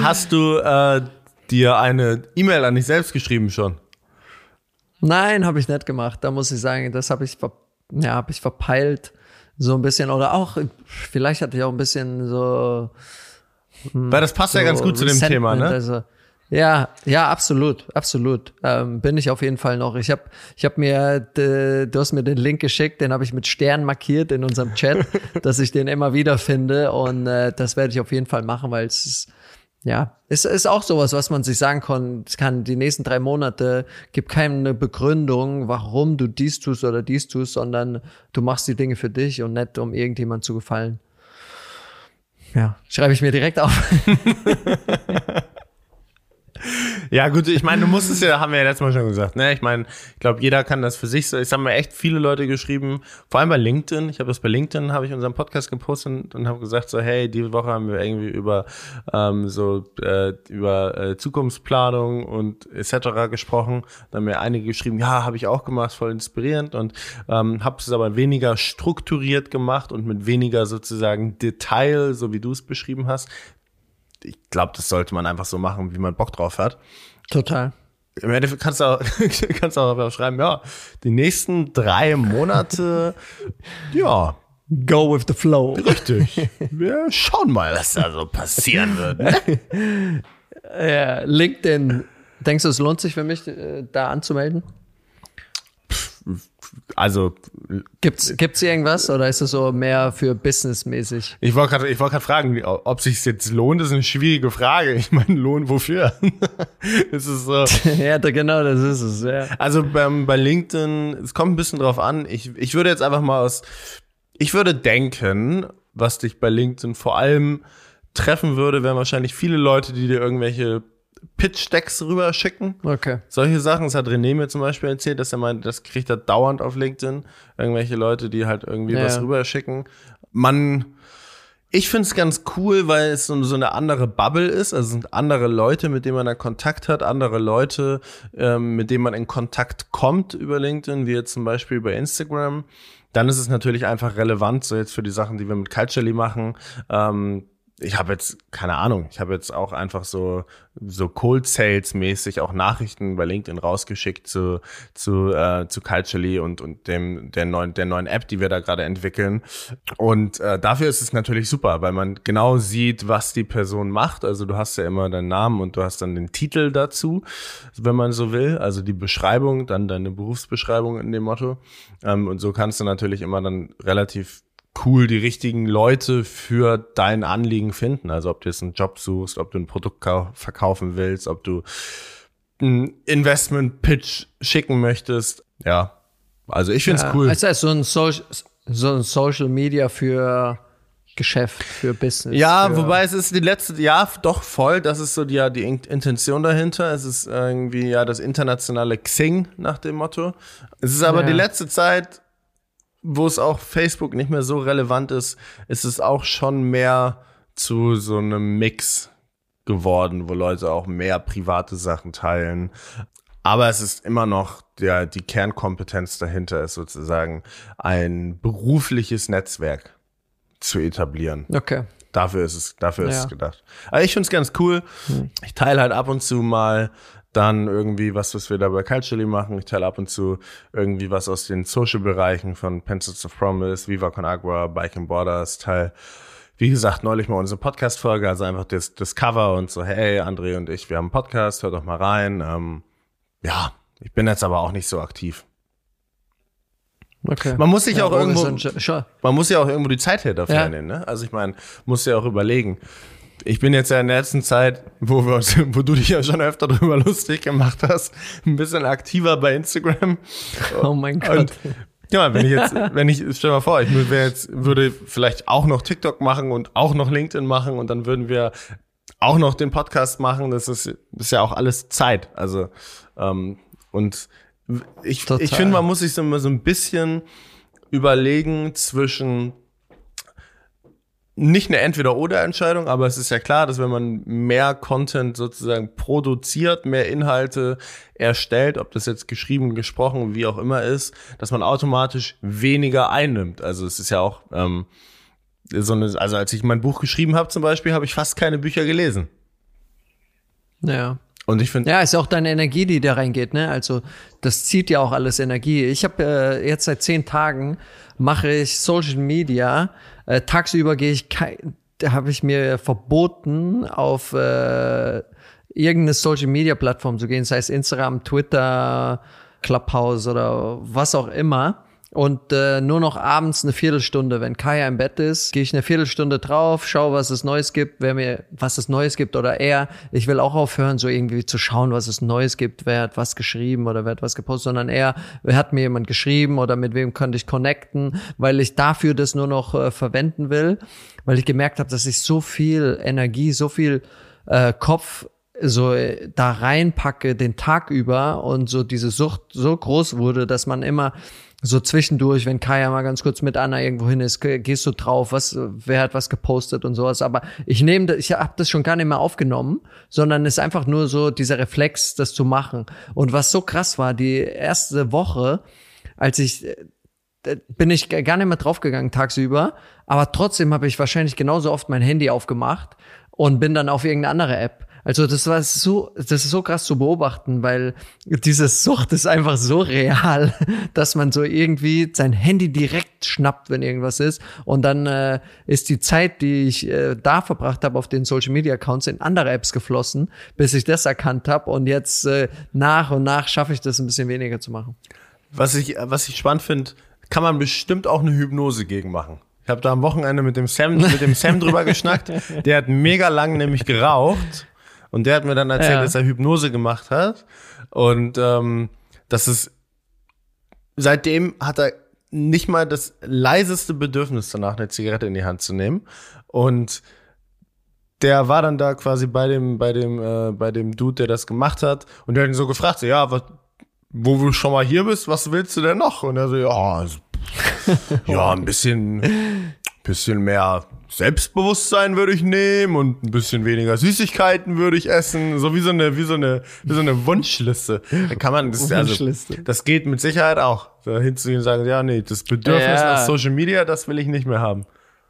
dir eine E-Mail an dich selbst geschrieben schon? Nein, habe ich nicht gemacht. Da muss ich sagen, das habe ich verpeilt so ein bisschen. Oder auch, vielleicht hatte ich auch ein bisschen so. Weil das passt ja ganz gut zu dem Thema, ne? Also, ja, absolut. Bin ich auf jeden Fall noch. Ich hab mir, du hast mir den Link geschickt, den habe ich mit Stern markiert in unserem Chat, dass ich den immer wieder finde. Und das werde ich auf jeden Fall machen, weil es ist auch sowas, was man sich sagen kann, die nächsten 3 Monate gibt keine Begründung, warum du dies tust oder dies tust, sondern du machst die Dinge für dich und nicht, um irgendjemand zu gefallen. Ja, schreibe ich mir direkt auf. Ja, gut, ich meine, du musst es ja, haben wir ja letztes Mal schon gesagt, ne? Ich meine, ich glaube, jeder kann das für sich so. Es haben mir echt viele Leute geschrieben, vor allem bei LinkedIn. Ich habe unseren Podcast gepostet und habe gesagt so, hey, diese Woche haben wir irgendwie über Zukunftsplanung und etc. gesprochen. Da haben mir einige geschrieben, ja, habe ich auch gemacht, voll inspirierend und habe es aber weniger strukturiert gemacht und mit weniger sozusagen Detail, so wie du es beschrieben hast. Ich glaube, das sollte man einfach so machen, wie man Bock drauf hat. Total. Im Endeffekt kannst du auch schreiben, ja, die nächsten 3 Monate, ja. Go with the flow. Richtig. Wir schauen mal, was da so passieren wird. Ne? LinkedIn, denkst du, es lohnt sich für mich, da anzumelden? Also gibt's irgendwas oder ist es so mehr für businessmäßig? Ich wollte gerade fragen, ob sich jetzt lohnt, ist eine schwierige Frage. Ich meine, Lohn wofür? Ist es so? Ja, genau, das ist es. Ja. Also bei LinkedIn, es kommt ein bisschen drauf an. Ich würde jetzt einfach mal ich würde denken, was dich bei LinkedIn vor allem treffen würde, wären wahrscheinlich viele Leute, die dir irgendwelche Pitch-Decks rüber schicken. Okay. Solche Sachen. Das hat René mir zum Beispiel erzählt, dass er meint, das kriegt er dauernd auf LinkedIn. Irgendwelche Leute, die halt irgendwie was rüber schicken. Ich finde es ganz cool, weil es so eine andere Bubble ist. Also es sind andere Leute, mit denen man da Kontakt hat, andere Leute, mit denen man in Kontakt kommt über LinkedIn, wie jetzt zum Beispiel bei Instagram. Dann ist es natürlich einfach relevant, so jetzt für die Sachen, die wir mit Culturally machen. Ich habe jetzt, keine Ahnung, auch einfach so Cold Sales mäßig auch Nachrichten bei LinkedIn rausgeschickt zu Culturally und der neuen App, die wir da gerade entwickeln. Und dafür ist es natürlich super, weil man genau sieht, was die Person macht. Also du hast ja immer deinen Namen und du hast dann den Titel dazu, wenn man so will. Also die Beschreibung, dann deine Berufsbeschreibung in dem Motto. Und so kannst du natürlich immer dann relativ cool die richtigen Leute für dein Anliegen finden. Also ob du jetzt einen Job suchst, ob du ein Produkt verkaufen willst, ob du einen Investment-Pitch schicken möchtest. Ja, also ich find's cool. Es ist so ein Social Media für Geschäft, für Business. Ja, wobei es ist die letzte, doch voll, das ist so die Intention dahinter. Es ist irgendwie das internationale Xing nach dem Motto. Es ist aber die letzte Zeit, wo es auch Facebook nicht mehr so relevant ist es auch schon mehr zu so einem Mix geworden, wo Leute auch mehr private Sachen teilen. Aber es ist immer noch die Kernkompetenz dahinter ist sozusagen ein berufliches Netzwerk zu etablieren. Okay. Dafür ist es gedacht. Aber ich finde es ganz cool. Ich teile halt ab und zu mal dann irgendwie was wir da bei Culturally machen. Ich teile ab und zu irgendwie was aus den Social-Bereichen von Pencils of Promise, Viva Con Agua, Bike & Borders. Teil, wie gesagt, neulich mal unsere Podcast-Folge, also einfach das Cover und so, hey, André und ich, wir haben einen Podcast, hört doch mal rein. Ich bin jetzt aber auch nicht so aktiv. Okay. Man muss sich auch irgendwo die Zeit her dafür nehmen, ne? Also ich meine, muss ja auch überlegen. Ich bin jetzt ja in der letzten Zeit, wo du dich ja schon öfter drüber lustig gemacht hast, ein bisschen aktiver bei Instagram. Oh mein Gott. Und, stell mal vor, würde vielleicht auch noch TikTok machen und auch noch LinkedIn machen und dann würden wir auch noch den Podcast machen. Das ist ja auch alles Zeit. Also, und ich finde, man muss sich so ein bisschen überlegen zwischen nicht eine Entweder-oder-Entscheidung, aber es ist ja klar, dass wenn man mehr Content sozusagen produziert, mehr Inhalte erstellt, ob das jetzt geschrieben, gesprochen, wie auch immer ist, dass man automatisch weniger einnimmt. Also es ist ja auch also als ich mein Buch geschrieben habe zum Beispiel, habe ich fast keine Bücher gelesen. Ja. Und ich finde, ist ja auch deine Energie, die da reingeht, ne? Also das zieht ja auch alles Energie. Ich habe jetzt seit 10 Tagen mache ich Social Media. Tagsüber habe ich mir verboten, auf irgendeine Social Media Plattform zu gehen, sei es Instagram, Twitter, Clubhouse oder was auch immer. Und nur noch abends eine Viertelstunde, wenn Kaya im Bett ist, gehe ich eine Viertelstunde drauf, schaue, was es Neues gibt, oder er. Ich will auch aufhören, so irgendwie zu schauen, was es Neues gibt, wer hat was geschrieben oder wer hat was gepostet, sondern wer hat mir jemand geschrieben oder mit wem könnte ich connecten, weil ich dafür das nur noch verwenden will, weil ich gemerkt habe, dass ich so viel Energie, so viel Kopf so da reinpacke den Tag über und so diese Sucht so groß wurde, dass man immer so zwischendurch, wenn Kaya mal ganz kurz mit Anna irgendwo hin ist, gehst du drauf, wer hat was gepostet und sowas. Aber ich habe das schon gar nicht mehr aufgenommen, sondern es ist einfach nur so dieser Reflex, das zu machen. Und was so krass war, die erste Woche, bin ich gar nicht mehr draufgegangen tagsüber, aber trotzdem habe ich wahrscheinlich genauso oft mein Handy aufgemacht und bin dann auf irgendeine andere App. Also das ist so krass zu beobachten, weil diese Sucht ist einfach so real, dass man so irgendwie sein Handy direkt schnappt, wenn irgendwas ist. Und dann ist die Zeit, die ich da verbracht habe auf den Social-Media-Accounts, in andere Apps geflossen, bis ich das erkannt habe. Und jetzt nach und nach schaffe ich das ein bisschen weniger zu machen. Was ich spannend finde, kann man bestimmt auch eine Hypnose gegen machen. Ich habe da am Wochenende mit dem Sam drüber geschnackt. Der hat mega lang nämlich geraucht. Und der hat mir dann erzählt, dass er Hypnose gemacht hat. Und das ist, seitdem hat er nicht mal das leiseste Bedürfnis danach, eine Zigarette in die Hand zu nehmen. Und der war dann da quasi bei dem Dude, der das gemacht hat. Und der hat ihn so gefragt, so, ja, wo du schon mal hier bist, was willst du denn noch? Und er so, ja, ein bisschen mehr Selbstbewusstsein würde ich nehmen und ein bisschen weniger Süßigkeiten würde ich essen, so wie so eine Wunschliste. Da kann man das geht mit Sicherheit auch. Da hinzugehen und sagen, ja, nee, das Bedürfnis nach Social Media, das will ich nicht mehr haben.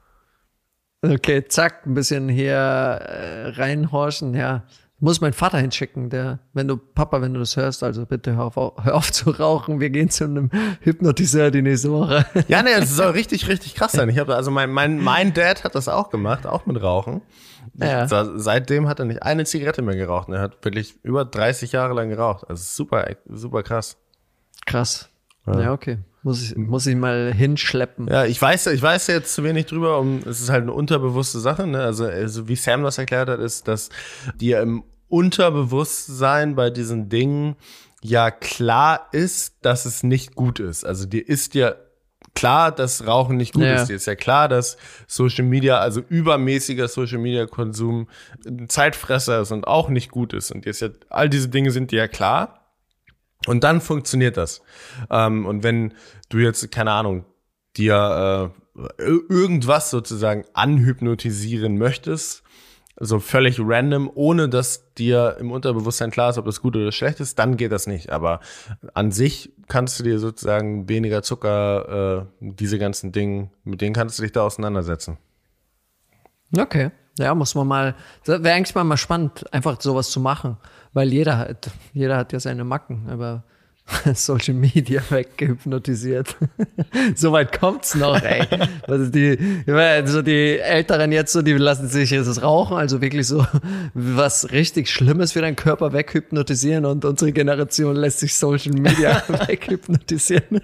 Okay, zack, ein bisschen hier reinhorchen, ja. Muss mein Vater hinschicken, wenn du das hörst, also bitte hör auf zu rauchen, wir gehen zu einem Hypnotiseur die nächste Woche. Ja, nee, das soll richtig, richtig krass sein. Ich habe also mein Dad hat das auch gemacht, auch mit Rauchen. Ja. Seitdem hat er nicht eine Zigarette mehr geraucht. Er hat wirklich über 30 Jahre lang geraucht. Also super, super krass. Krass. Ja, okay. Muss ich mal hinschleppen. Ja, ich weiß jetzt zu wenig drüber, es ist halt eine unterbewusste Sache, ne? Also wie Sam das erklärt hat, ist, dass dir im Unterbewusstsein bei diesen Dingen ja klar ist, dass es nicht gut ist. Also dir ist ja klar, dass Rauchen nicht gut ist. Dir ist ja klar, dass Social Media, also übermäßiger Social Media Konsum ein Zeitfresser ist und auch nicht gut ist. Und dir ist ja, all diese Dinge sind dir ja klar. Und dann funktioniert das. Und wenn du jetzt, keine Ahnung, dir irgendwas sozusagen anhypnotisieren möchtest, so völlig random, ohne dass dir im Unterbewusstsein klar ist, ob das gut oder schlecht ist, dann geht das nicht. Aber an sich kannst du dir sozusagen weniger Zucker, diese ganzen Dinge, mit denen kannst du dich da auseinandersetzen. Okay. Ja, muss man mal, wäre eigentlich mal spannend, einfach sowas zu machen, weil jeder hat ja seine Macken, aber Social Media weggehypnotisiert. Soweit kommt's noch, ey. Also die Älteren jetzt so, die lassen sich das rauchen, also wirklich so was richtig Schlimmes für deinen Körper weghypnotisieren und unsere Generation lässt sich Social Media weghypnotisieren.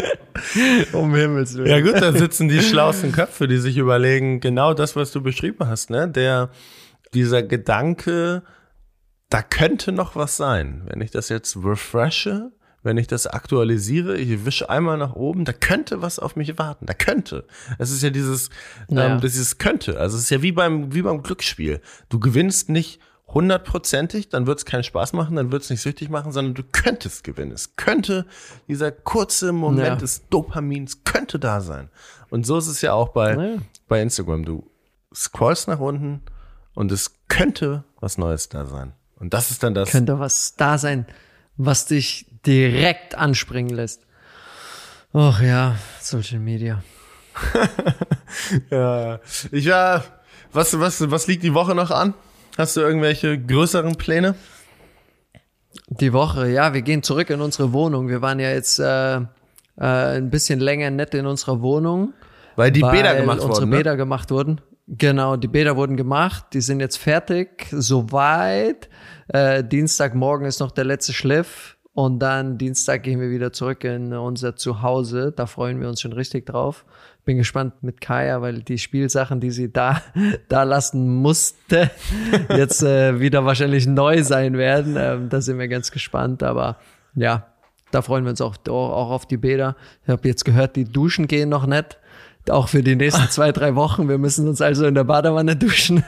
Um Himmels Willen. Ja gut, da sitzen die schlauesten Köpfe, die sich überlegen, genau das, was du beschrieben hast, ne? Dieser Gedanke, da könnte noch was sein. Wenn ich das jetzt refreshe, wenn ich das aktualisiere, ich wische einmal nach oben, da könnte was auf mich warten. Da könnte. Es ist ja dieses könnte. Also es ist ja wie beim Glücksspiel. Du gewinnst nicht 100%ig, dann wird es keinen Spaß machen, dann wird es nicht süchtig machen, sondern du könntest gewinnen. Es könnte, dieser kurze Moment des Dopamins könnte da sein. Und so ist es ja auch bei Instagram. Du scrollst nach unten und es könnte was Neues da sein. Und das ist dann das. Könnte was da sein, was dich direkt anspringen lässt. Och ja, Social Media. Was liegt die Woche noch an? Hast du irgendwelche größeren Pläne? Die Woche, ja, wir gehen zurück in unsere Wohnung. Wir waren ja jetzt ein bisschen länger nett in unserer Wohnung. Weil die Bäder gemacht wurden, unsere Bäder gemacht wurden. Genau, die Bäder wurden gemacht. Die sind jetzt fertig, soweit. Dienstagmorgen ist noch der letzte Schliff. Und dann Dienstag gehen wir wieder zurück in unser Zuhause. Da freuen wir uns schon richtig drauf. Bin gespannt mit Kaya, weil die Spielsachen, die sie da lassen musste, jetzt wieder wahrscheinlich neu sein werden. Da sind wir ganz gespannt. Aber ja, da freuen wir uns auch auf die Bäder. Ich habe jetzt gehört, die Duschen gehen noch nicht. Auch für die nächsten 2-3 Wochen. Wir müssen uns also in der Badewanne duschen.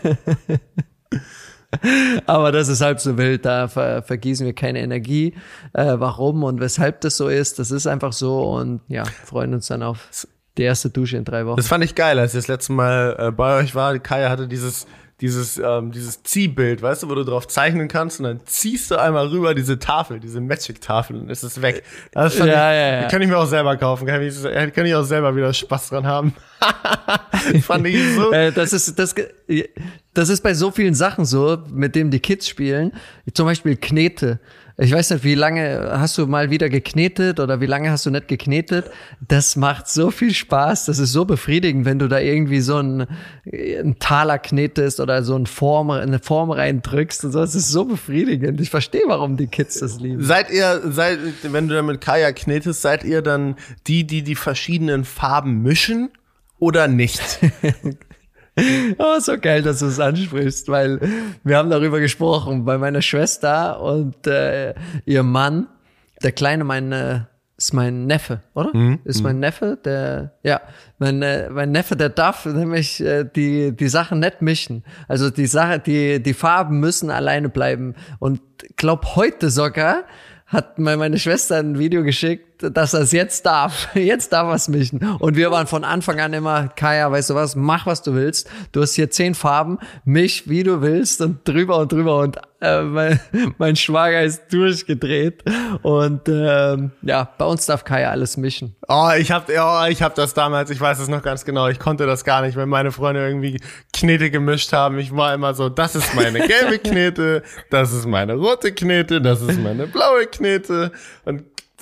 Aber das ist halb so wild, da vergießen wir keine Energie. Warum und weshalb das so ist, das ist einfach so und ja, freuen uns dann auf die erste Dusche in 3 Wochen. Das fand ich geil, als ich das letzte Mal bei euch war. Kaya hatte dieses dieses Ziehbild, weißt du, wo du drauf zeichnen kannst und dann ziehst du einmal rüber diese Tafel, diese Magic-Tafel und ist es weg. Das kann ich mir auch selber kaufen, kann ich auch selber wieder Spaß dran haben. Das fand ich so. Das ist bei so vielen Sachen so, mit denen die Kids spielen. Zum Beispiel Knete. Ich weiß nicht, wie lange hast du mal wieder geknetet oder wie lange hast du nicht geknetet? Das macht so viel Spaß. Das ist so befriedigend, wenn du da irgendwie so einen Taler knetest oder so eine Form reindrückst und so. Das ist so befriedigend. Ich verstehe, warum die Kids das lieben. Wenn du dann mit Kaya knetest, seid ihr dann die verschiedenen Farben mischen oder nicht? Oh, so geil, dass du es ansprichst, weil wir haben darüber gesprochen bei meiner Schwester und ihr Mann, der Kleine, ist mein Neffe, oder? Ist mein Neffe, mein Neffe, der darf nämlich die Sachen nicht mischen. Also die Farben müssen alleine bleiben. Und glaub, heute sogar hat mir meine Schwester ein Video geschickt, dass er es jetzt darf. Jetzt darf er es mischen. Und wir waren von Anfang an immer, Kaya, weißt du was, mach was du willst. Du hast hier 10 Farben, misch wie du willst und drüber und drüber. Und mein Schwager ist durchgedreht. Und bei uns darf Kaya alles mischen. Ich hab das damals, ich weiß es noch ganz genau, ich konnte das gar nicht, wenn meine Freunde irgendwie Knete gemischt haben. Ich war immer so, das ist meine gelbe Knete, das ist meine rote Knete, das ist meine blaue Knete. Und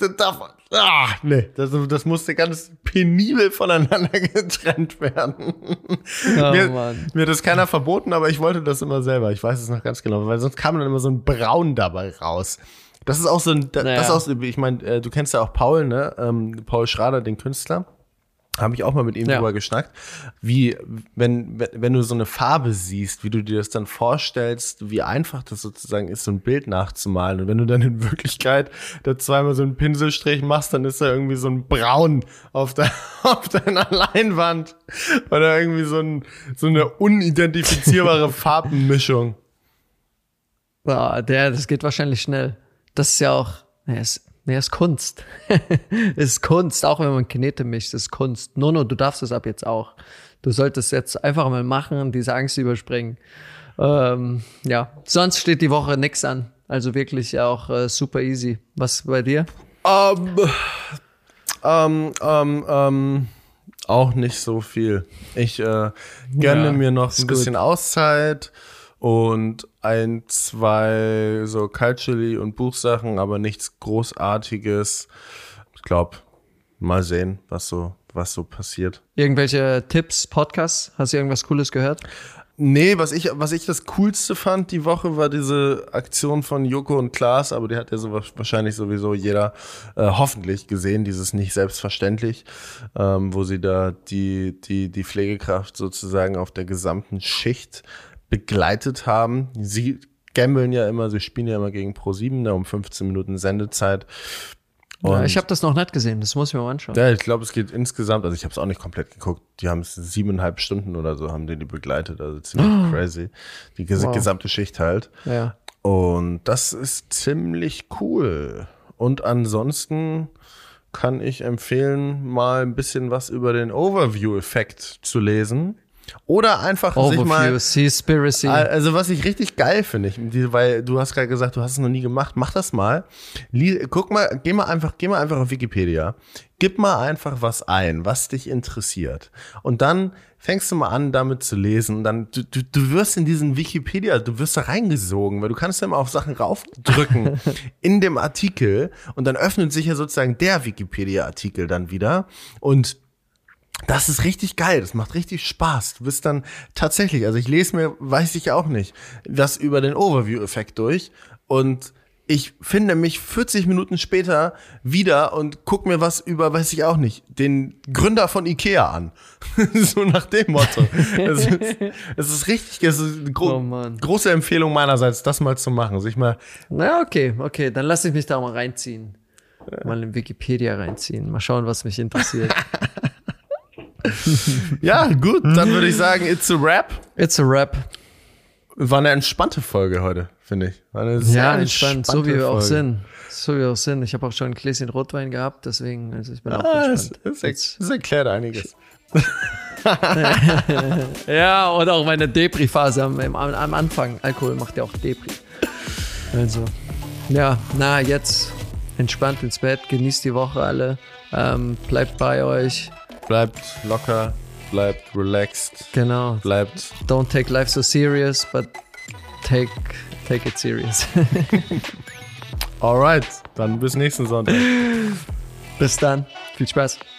das musste ganz penibel voneinander getrennt werden. Mir hat das keiner verboten, aber ich wollte das immer selber. Ich weiß es noch ganz genau, weil sonst kam dann immer so ein Braun dabei raus. Das ist auch so ich meine, du kennst ja auch Paul, ne? Paul Schrader, den Künstler. Habe ich auch mal mit ihm drüber geschnackt, wie, wenn du so eine Farbe siehst, wie du dir das dann vorstellst, wie einfach das sozusagen ist, so ein Bild nachzumalen. Und wenn du dann in Wirklichkeit da zweimal so einen Pinselstrich machst, dann ist da irgendwie so ein Braun auf deiner Leinwand. Oder irgendwie so eine unidentifizierbare Farbenmischung. Ja, das geht wahrscheinlich schnell. Das ist ja auch, ist Kunst. Ist Kunst, auch wenn man Knete mischt, ist Kunst. Nono, du darfst es ab jetzt auch. Du solltest jetzt einfach mal machen und diese Angst überspringen. Sonst steht die Woche nix an. Also wirklich auch super easy. Was bei dir? Auch nicht so viel. Ich gönne mir noch ein bisschen Auszeit und 1, 2 so Kaltchili und Buchsachen, aber nichts Großartiges. Ich glaube, mal sehen, was so passiert. Irgendwelche Tipps, Podcasts? Hast du irgendwas Cooles gehört? Nee, was ich das Coolste fand die Woche, war diese Aktion von Joko und Klaas, aber die hat ja wahrscheinlich sowieso jeder hoffentlich gesehen, dieses nicht selbstverständlich, wo sie da die Pflegekraft sozusagen auf der gesamten Schicht begleitet haben. Sie gambeln ja immer, sie spielen ja immer gegen Pro7, da um 15 Minuten Sendezeit. Und ich habe das noch nicht gesehen, das muss ich mir mal anschauen. Ja, ich glaube, es geht insgesamt, also ich habe es auch nicht komplett geguckt, die haben es 7,5 Stunden oder so, haben die begleitet, also ziemlich crazy. Die gesamte Schicht halt. Ja. Und das ist ziemlich cool. Und ansonsten kann ich empfehlen, mal ein bisschen was über den Overview-Effekt zu lesen. Oder einfach sich mal, Seaspiracy. Also was ich richtig geil finde, weil du hast gerade gesagt, du hast es noch nie gemacht, mach das mal. Guck mal, geh mal einfach auf Wikipedia, gib mal einfach was ein, was dich interessiert. Und dann fängst du mal an, damit zu lesen. Und dann, du wirst in diesen Wikipedia, du wirst da reingesogen, weil du kannst ja mal auf Sachen raufdrücken in dem Artikel und dann öffnet sich ja sozusagen der Wikipedia-Artikel dann wieder und das ist richtig geil, das macht richtig Spaß. Du bist dann tatsächlich, also ich lese mir, weiß ich auch nicht, was über den Overview-Effekt durch und ich finde mich 40 Minuten später wieder und guck mir was über, weiß ich auch nicht, den Gründer von Ikea an. So nach dem Motto. Es ist richtig, es ist eine große Empfehlung meinerseits, das mal zu machen. Sich mal. Na, okay, dann lass ich mich da mal reinziehen. Mal in Wikipedia reinziehen. Mal schauen, was mich interessiert. Ja, gut, dann würde ich sagen, it's a wrap. It's a wrap. War eine entspannte Folge heute, finde ich. War eine sehr entspannt, so wie wir auch sind. Ich habe auch schon ein Gläschen Rotwein gehabt, deswegen, also ich bin auch entspannt. Das erklärt einiges. Ja, und auch meine Depri-Phase am Anfang. Alkohol macht ja auch Depri. Also, ja, jetzt entspannt ins Bett, genießt die Woche alle, bleibt bei euch. Bleibt locker, bleibt relaxed. Genau. Bleibt. Don't take life so serious, but take it serious. Alright, dann bis nächsten Sonntag. Bis dann. Viel Spaß.